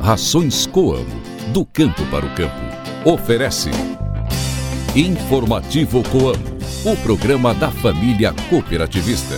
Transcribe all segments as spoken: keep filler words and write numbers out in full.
Rações Coamo, do campo para o campo. Oferece Informativo Coamo, o programa da família cooperativista.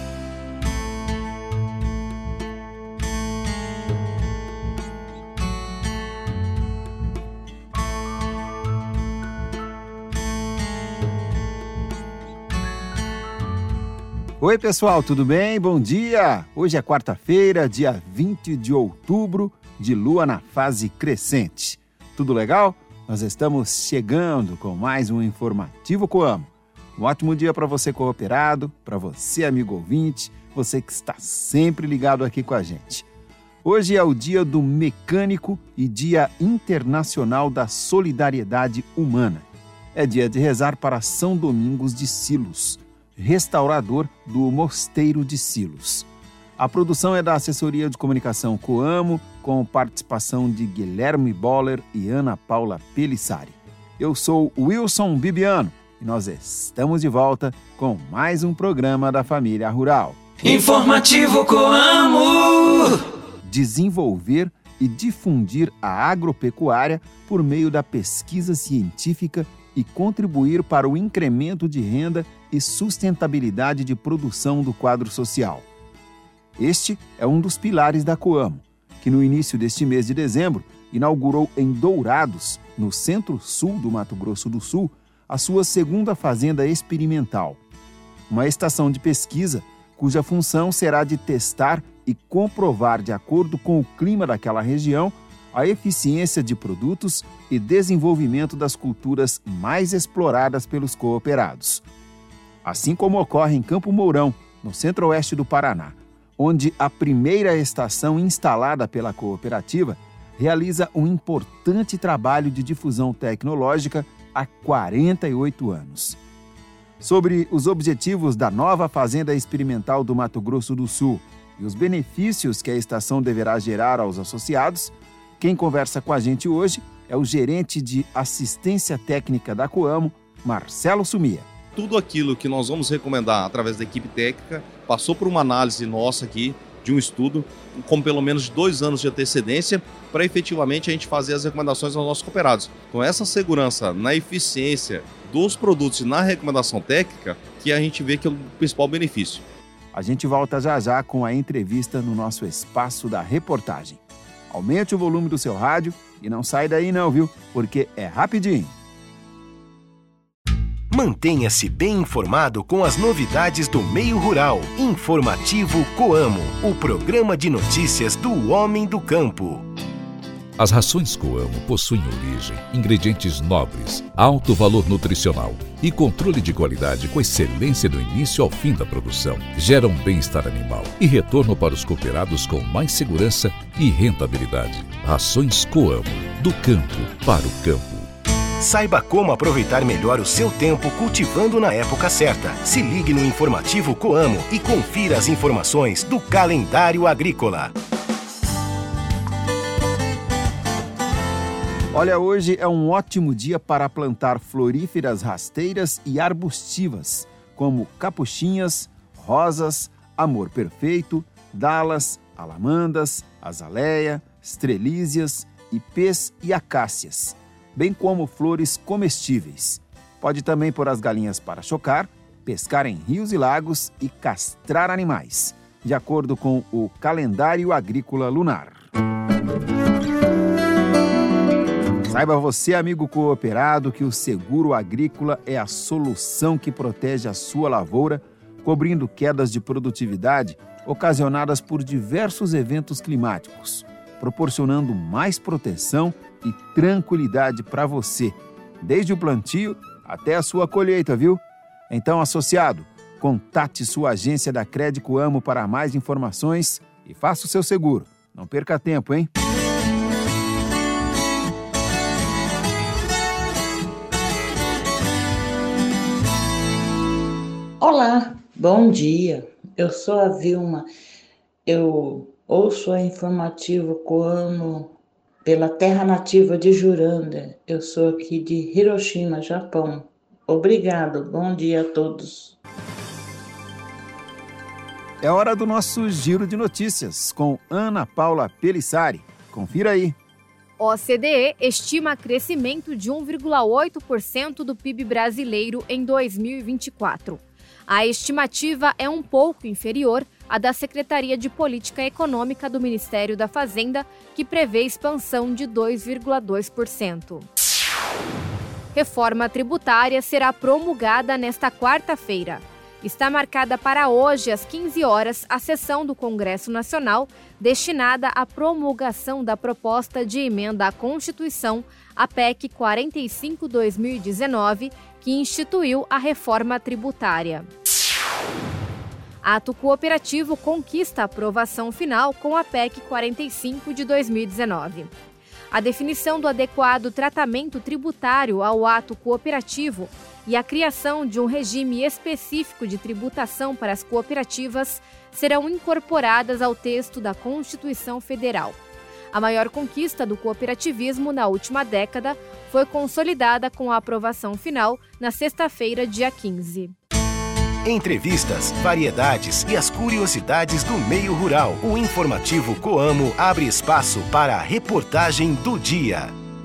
Oi pessoal, tudo bem? Bom dia! Hoje é quarta-feira, dia vinte de outubro, de lua na fase crescente. Tudo legal? Nós estamos chegando com mais um Informativo Coamo. Um ótimo dia para você cooperado, para você amigo ouvinte, você que está sempre ligado aqui com a gente. Hoje é o dia do mecânico e dia internacional da solidariedade humana. É dia de rezar para São Domingos de Silos, restaurador do Mosteiro de Silos. A produção é da Assessoria de Comunicação Coamo, com participação de Guilherme Boller e Ana Paula Pelissari. Eu sou Wilson Bibiano e nós estamos de volta com mais um programa da Família Rural. Informativo Coamo! Desenvolver e difundir a agropecuária por meio da pesquisa científica e contribuir para o incremento de renda e sustentabilidade de produção do quadro social. Este é um dos pilares da Coamo, que no início deste mês de dezembro inaugurou em Dourados, no centro-sul do Mato Grosso do Sul, a sua segunda fazenda experimental. Uma estação de pesquisa cuja função será de testar e comprovar, de acordo com o clima daquela região, a eficiência de produtos e desenvolvimento das culturas mais exploradas pelos cooperados. Assim como ocorre em Campo Mourão, no centro-oeste do Paraná, onde a primeira estação instalada pela cooperativa realiza um importante trabalho de difusão tecnológica há quarenta e oito anos. Sobre os objetivos da nova Fazenda Experimental do Mato Grosso do Sul e os benefícios que a estação deverá gerar aos associados, quem conversa com a gente hoje é o gerente de assistência técnica da Coamo, Marcelo Sumia. Tudo aquilo que nós vamos recomendar através da equipe técnica passou por uma análise nossa aqui, de um estudo, com pelo menos dois anos de antecedência, para efetivamente a gente fazer as recomendações aos nossos cooperados. Com essa segurança na eficiência dos produtos e na recomendação técnica, que a gente vê que é o principal benefício. A gente volta já já com a entrevista no nosso espaço da reportagem. Aumente o volume do seu rádio e não sai daí não, viu? Porque é rapidinho. Mantenha-se bem informado com as novidades do meio rural. Informativo Coamo, o programa de notícias do homem do campo. As rações Coamo possuem origem, ingredientes nobres, alto valor nutricional e controle de qualidade com excelência do início ao fim da produção. Geram bem-estar animal e retorno para os cooperados com mais segurança e rentabilidade. Rações Coamo, do campo para o campo. Saiba como aproveitar melhor o seu tempo cultivando na época certa. Se ligue no Informativo Coamo e confira as informações do calendário agrícola. Olha, hoje é um ótimo dia para plantar floríferas rasteiras e arbustivas, como capuchinhas, rosas, amor perfeito, dalas, alamandas, azaleia, estrelízias, ipês e acácias, bem como flores comestíveis. Pode também pôr as galinhas para chocar, pescar em rios e lagos e castrar animais, de acordo com o calendário agrícola lunar. Saiba você, amigo cooperado, que o seguro agrícola é a solução que protege a sua lavoura, cobrindo quedas de produtividade ocasionadas por diversos eventos climáticos, proporcionando mais proteção e tranquilidade para você, desde o plantio até a sua colheita, viu? Então, associado, contate sua agência da Crédito Coamo para mais informações e faça o seu seguro. Não perca tempo, hein? Olá, bom dia. Eu sou a Vilma. Eu ouço a Informativo Coamo pela terra nativa de Juranda. Eu sou aqui de Hiroshima, Japão. Obrigado, bom dia a todos. É hora do nosso giro de notícias com Ana Paula Pelissari. Confira aí. O C D E estima crescimento de um vírgula oito por cento do P I B brasileiro em dois mil e vinte e quatro. A estimativa é um pouco inferior à da Secretaria de Política Econômica do Ministério da Fazenda, que prevê expansão de dois vírgula dois por cento. Reforma tributária será promulgada nesta quarta-feira. Está marcada para hoje, às quinze horas, a sessão do Congresso Nacional destinada à promulgação da proposta de emenda à Constituição, a P E C quarenta e cinco barra dois mil e dezenove, que instituiu a reforma tributária. Ato cooperativo conquista a aprovação final com a P E C quarenta e cinco de dois mil e dezenove. A definição do adequado tratamento tributário ao ato cooperativo e a criação de um regime específico de tributação para as cooperativas serão incorporadas ao texto da Constituição Federal. A maior conquista do cooperativismo na última década foi consolidada com a aprovação final na sexta-feira, dia quinze. Entrevistas, variedades e as curiosidades do meio rural. O informativo Coamo abre espaço para a reportagem do dia.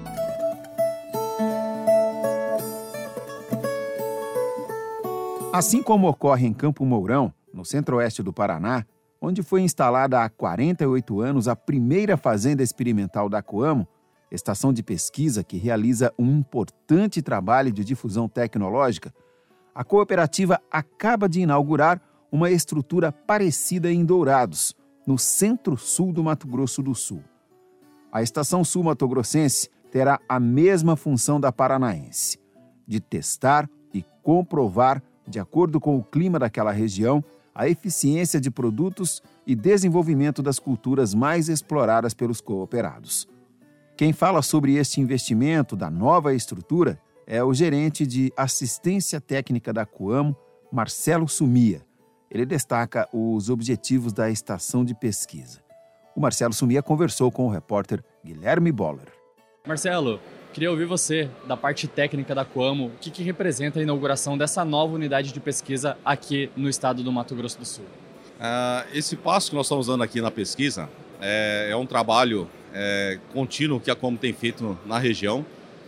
Assim como ocorre em Campo Mourão, no centro-oeste do Paraná, onde foi instalada há quarenta e oito anos a primeira fazenda experimental da Coamo, estação de pesquisa que realiza um importante trabalho de difusão tecnológica, a cooperativa acaba de inaugurar uma estrutura parecida em Dourados, no centro-sul do Mato Grosso do Sul. A Estação Sul Mato-Grossense terá a mesma função da paranaense, de testar e comprovar, de acordo com o clima daquela região, a eficiência de produtos e desenvolvimento das culturas mais exploradas pelos cooperados. Quem fala sobre este investimento da nova estrutura é o gerente de assistência técnica da Coamo, Marcelo Sumia. Ele destaca os objetivos da estação de pesquisa. O Marcelo Sumia conversou com o repórter Guilherme Boller. Marcelo, queria ouvir você, da parte técnica da Coamo, o que, que representa a inauguração dessa nova unidade de pesquisa aqui no estado do Mato Grosso do Sul. Uh, esse passo que nós estamos dando aqui na pesquisa é, é um trabalho é, contínuo que a Coamo tem feito na região.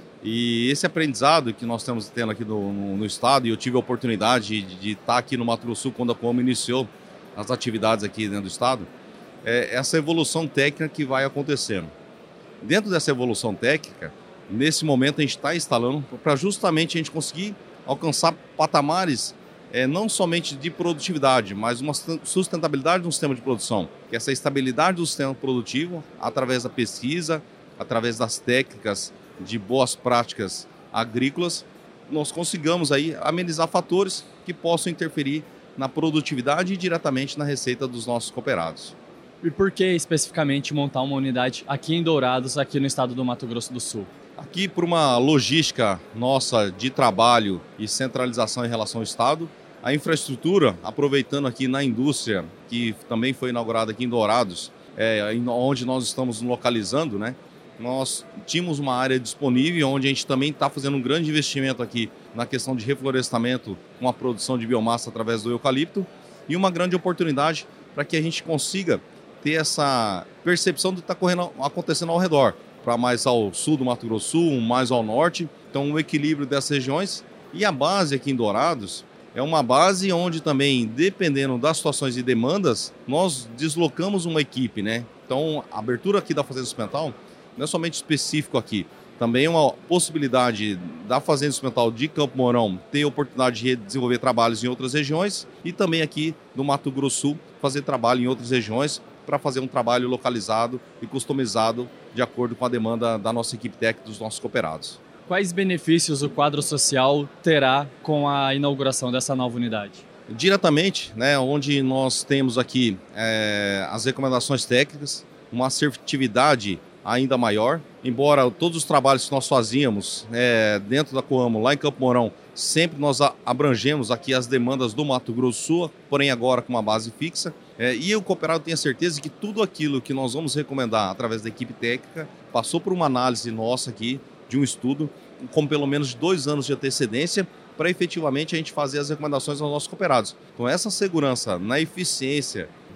E esse aprendizado que nós estamos tendo aqui no, no, no estado, e eu tive a oportunidade de, de estar aqui no Mato Grosso do Sul quando a Coamo iniciou as atividades aqui dentro do estado, é essa evolução técnica que vai acontecendo. Dentro dessa evolução técnica, nesse momento a gente está instalando para justamente a gente conseguir alcançar patamares é, não somente de produtividade, mas uma sustentabilidade do sistema de produção, que é essa estabilidade do sistema produtivo através da pesquisa, através das técnicas de boas práticas agrícolas, nós consigamos aí amenizar fatores que possam interferir na produtividade e diretamente na receita dos nossos cooperados. E por que especificamente montar uma unidade aqui em Dourados, aqui no estado do Mato Grosso do Sul? Aqui, por uma logística nossa de trabalho e centralização em relação ao estado, a infraestrutura, aproveitando aqui na indústria, que também foi inaugurada aqui em Dourados, é, onde nós estamos localizando, né? Nós tínhamos uma área disponível onde a gente também está fazendo um grande investimento aqui na questão de reflorestamento com a produção de biomassa através do eucalipto e uma grande oportunidade para que a gente consiga ter essa percepção do que está acontecendo ao redor, para mais ao sul do Mato Grosso do Sul, mais ao norte, então o equilíbrio dessas regiões. E a base aqui em Dourados é uma base onde também, dependendo das situações e demandas, nós deslocamos uma equipe, né? Então a abertura aqui da Fazenda Experimental não é somente específico aqui, também é uma possibilidade da Fazenda Experimental de Campo Mourão ter a oportunidade de desenvolver trabalhos em outras regiões e também aqui no Mato Grosso do Sul fazer trabalho em outras regiões para fazer um trabalho localizado e customizado de acordo com a demanda da nossa equipe técnica dos nossos cooperados. Quais benefícios o quadro social terá com a inauguração dessa nova unidade? Diretamente, né, onde nós temos aqui é, as recomendações técnicas, uma assertividade ainda maior, embora todos os trabalhos que nós fazíamos é, dentro da Coamo, lá em Campo Mourão, sempre nós abrangemos aqui as demandas do Mato Grosso do Sul, porém agora com uma base fixa, é, e o cooperado tem a certeza que tudo aquilo que nós vamos recomendar através da equipe técnica passou por uma análise nossa aqui, de um estudo, com pelo menos dois anos de antecedência, para efetivamente a gente fazer as recomendações aos nossos cooperados. Então essa segurança na eficiência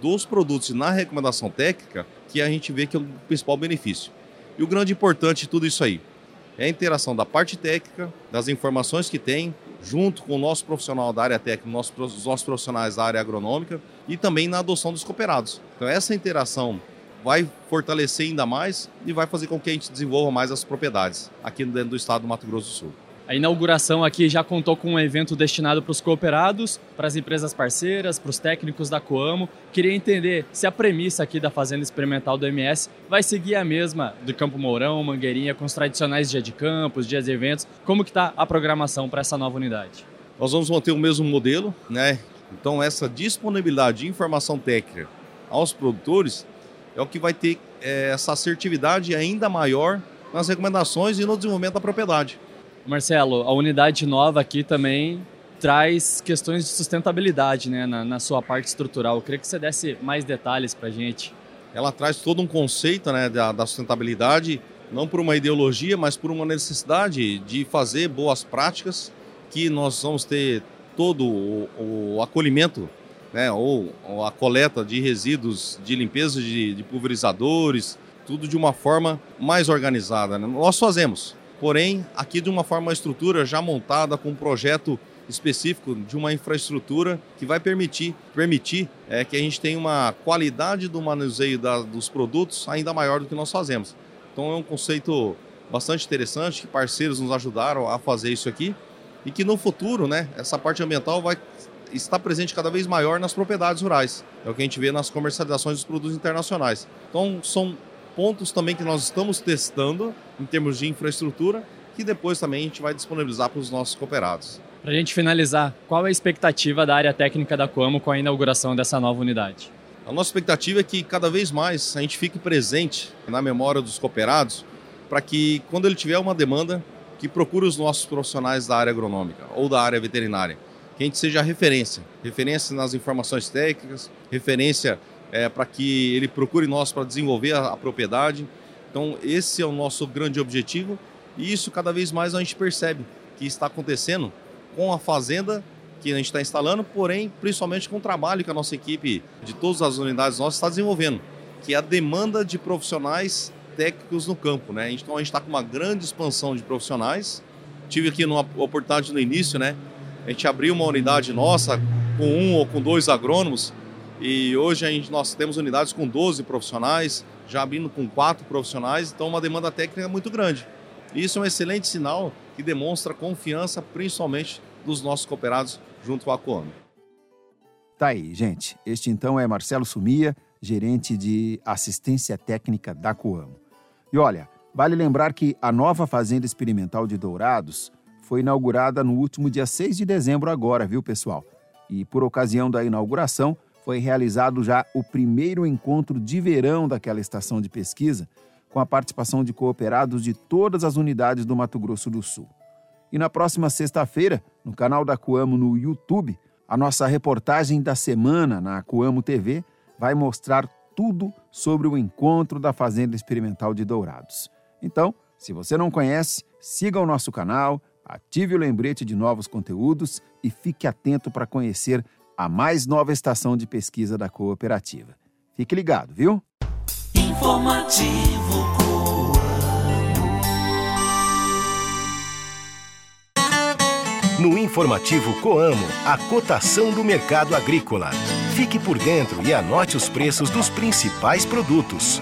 dos produtos e na recomendação técnica que a gente vê que é o principal benefício. E o grande importante de tudo isso aí é a interação da parte técnica, das informações que tem, junto com o nosso profissional da área técnica, nossos, os nossos profissionais da área agronômica e também na adoção dos cooperados. Então essa interação vai fortalecer ainda mais e vai fazer com que a gente desenvolva mais as propriedades aqui dentro do estado do Mato Grosso do Sul. A inauguração aqui já contou com um evento destinado para os cooperados, para as empresas parceiras, para os técnicos da Coamo. Queria entender se a premissa aqui da Fazenda Experimental do M S vai seguir a mesma do Campo Mourão, Mangueirinha, com os tradicionais dias de campos, dias de eventos. Como que está a programação para essa nova unidade? Nós vamos manter o mesmo modelo, né? Então essa disponibilidade de informação técnica aos produtores é o que vai ter é, essa assertividade ainda maior nas recomendações e no desenvolvimento da propriedade. Marcelo, a unidade nova aqui também traz questões de sustentabilidade, né, na, na sua parte estrutural. Eu queria que você desse mais detalhes para a gente. Ela traz todo um conceito, né, da, da sustentabilidade, não por uma ideologia, mas por uma necessidade de fazer boas práticas, que nós vamos ter todo o, o acolhimento, né, ou, ou a coleta de resíduos de limpeza de, de pulverizadores, tudo de uma forma mais organizada, né? Nós fazemos. Porém, aqui de uma forma, uma estrutura já montada com um projeto específico de uma infraestrutura que vai permitir, permitir é, que a gente tenha uma qualidade do manuseio da, dos produtos ainda maior do que nós fazemos. Então é um conceito bastante interessante, que parceiros nos ajudaram a fazer isso aqui e que no futuro, né, essa parte ambiental vai estar presente cada vez maior nas propriedades rurais. É o que a gente vê nas comercializações dos produtos internacionais. Então são pontos também que nós estamos testando em termos de infraestrutura, que depois também a gente vai disponibilizar para os nossos cooperados. Para a gente finalizar, qual é a expectativa da área técnica da Coamo com a inauguração dessa nova unidade? A nossa expectativa é que cada vez mais a gente fique presente na memória dos cooperados, para que quando ele tiver uma demanda, que procure os nossos profissionais da área agronômica ou da área veterinária, que a gente seja referência, referência nas informações técnicas, referência É, para que ele procure nós para desenvolver a, a propriedade. Então esse é o nosso grande objetivo e isso cada vez mais a gente percebe que está acontecendo com a fazenda que a gente está instalando, porém principalmente com o trabalho que a nossa equipe de todas as unidades nossas está desenvolvendo, que é a demanda de profissionais técnicos no campo, né? Então a gente está com uma grande expansão de profissionais. Tive aqui uma oportunidade no início, né? A gente abriu uma unidade nossa com um ou com dois agrônomos. E hoje a gente, nós temos unidades com doze profissionais, já abrindo com quatro profissionais, então uma demanda técnica muito grande. E isso é um excelente sinal que demonstra confiança, principalmente dos nossos cooperados junto com a Coamo. Tá aí, gente. Este então é Marcelo Sumia, gerente de assistência técnica da Coamo. E olha, vale lembrar que a nova Fazenda Experimental de Dourados foi inaugurada no último dia seis de dezembro agora, viu, pessoal? E por ocasião da inauguração, foi realizado já o primeiro encontro de verão daquela estação de pesquisa, com a participação de cooperados de todas as unidades do Mato Grosso do Sul. E na próxima sexta-feira, no canal da Coamo no YouTube, a nossa reportagem da semana na Coamo T V vai mostrar tudo sobre o encontro da Fazenda Experimental de Dourados. Então, se você não conhece, siga o nosso canal, ative o lembrete de novos conteúdos e fique atento para conhecer a mais nova estação de pesquisa da cooperativa. Fique ligado, viu? Informativo Coamo. No Informativo Coamo, a cotação do mercado agrícola. Fique por dentro e anote os preços dos principais produtos.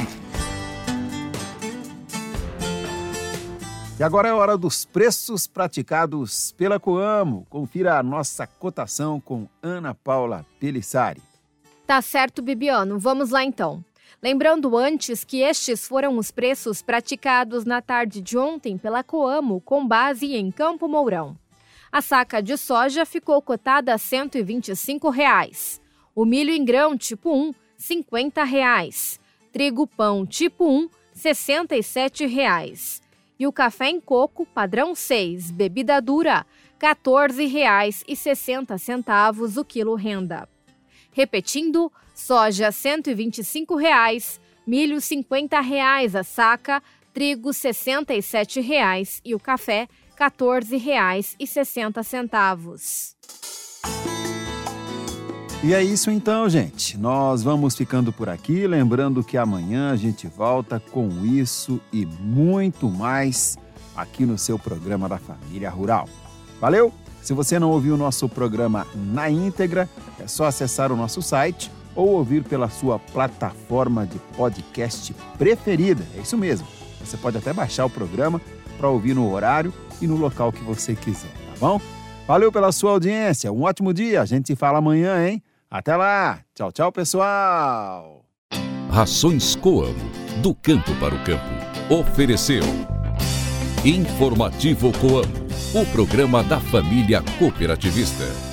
E agora é hora dos preços praticados pela Coamo. Confira a nossa cotação com Ana Paula Pelissari. Tá certo, Bibiano. Vamos lá então. Lembrando antes que estes foram os preços praticados na tarde de ontem pela Coamo com base em Campo Mourão. A saca de soja ficou cotada a cento e vinte e cinco reais. O milho em grão tipo um, cinquenta reais. Trigo pão tipo um, sessenta e sete reais. E o café em coco padrão seis, bebida dura, quatorze reais e sessenta centavos o quilo renda. Repetindo, soja cento e vinte e cinco reais, milho cinquenta reais a saca, trigo sessenta e sete reais e o café quatorze reais e sessenta centavos. E é isso então, gente. Nós vamos ficando por aqui, lembrando que amanhã a gente volta com isso e muito mais aqui no seu programa da Família Rural. Valeu? Se você não ouviu o nosso programa na íntegra, é só acessar o nosso site ou ouvir pela sua plataforma de podcast preferida. É isso mesmo. Você pode até baixar o programa para ouvir no horário e no local que você quiser, tá bom? Valeu pela sua audiência. Um ótimo dia. A gente se fala amanhã, hein? Até lá! Tchau, tchau, pessoal! Rações Coamo, do campo para o campo. Ofereceu Informativo Coamo, o programa da família cooperativista.